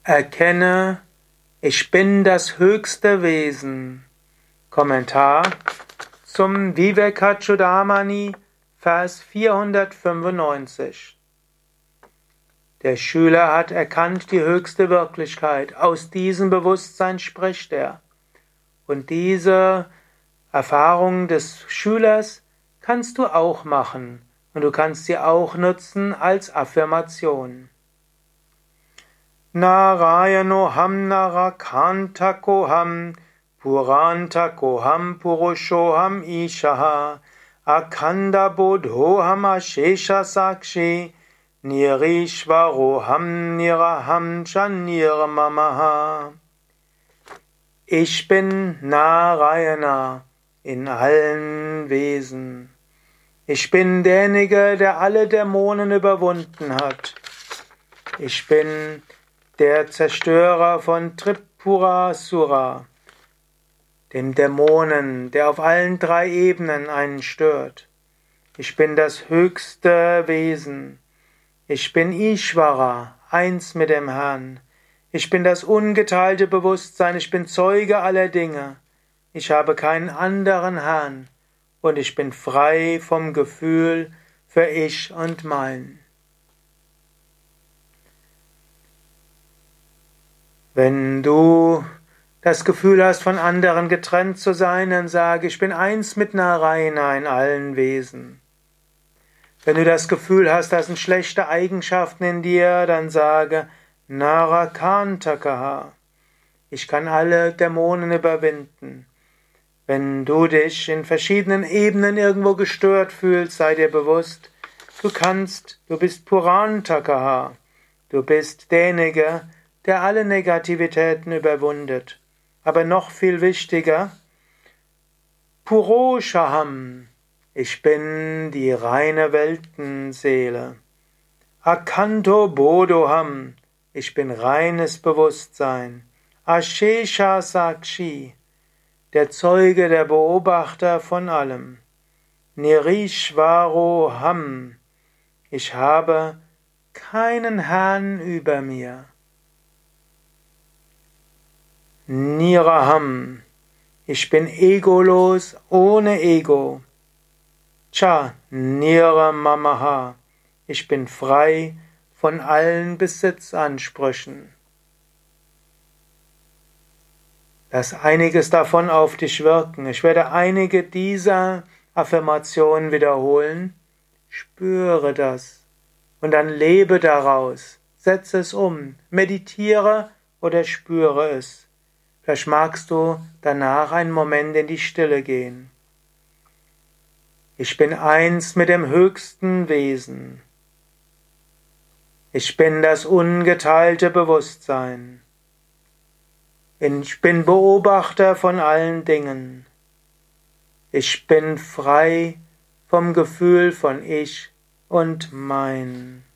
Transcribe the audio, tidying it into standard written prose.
Erkenne, ich bin das höchste Wesen. Kommentar zum Vivekachudamani, Vers 495. Der Schüler hat erkannt die höchste Wirklichkeit. Aus diesem Bewusstsein spricht er. Und diese Erfahrung des Schülers kannst du auch machen. Und du kannst sie auch nutzen als Affirmation. Narayanoham Narakantakoham Purantakoham Purushoham Ishaha Akhanda Bodhoham Ashesha Sakshi Nirishvaroham Niraham Chanirmamaha. Ich bin Narayana in allen Wesen. Ich bin derjenige, der alle Dämonen überwunden hat. Ich bin der Zerstörer von Tripurasura, dem Dämonen, der auf allen drei Ebenen einen stört. Ich bin das höchste Wesen. Ich bin Ishvara, eins mit dem Herrn. Ich bin das ungeteilte Bewusstsein. Ich bin Zeuge aller Dinge. Ich habe keinen anderen Herrn. Und ich bin frei vom Gefühl für Ich und Mein. Wenn du das Gefühl hast, von anderen getrennt zu sein, dann sage, ich bin eins mit Narayana in allen Wesen. Wenn du das Gefühl hast, das sind schlechte Eigenschaften in dir, dann sage, Narakantakaha. Ich kann alle Dämonen überwinden. Wenn du dich in verschiedenen Ebenen irgendwo gestört fühlst, sei dir bewusst, du bist Purantakaha. Du bist derjenige, der alle Negativitäten überwundet. Aber noch viel wichtiger, Puroshaham, ich bin die reine Weltenseele. Akhanto Bodhoham, ich bin reines Bewusstsein. Ashesha Sakshi, der Zeuge, der Beobachter von allem. Nirishvaroham, ich habe keinen Herrn über mir. Niraham, ich bin egolos ohne Ego. Nirmamaha, ich bin frei von allen Besitzansprüchen. Lass einiges davon auf dich wirken. Ich werde einige dieser Affirmationen wiederholen. Spüre das und dann lebe daraus. Setze es um. Meditiere oder spüre es. Vielleicht magst du danach einen Moment in die Stille gehen. Ich bin eins mit dem höchsten Wesen. Ich bin das ungeteilte Bewusstsein. Ich bin Beobachter von allen Dingen. Ich bin frei vom Gefühl von Ich und Mein.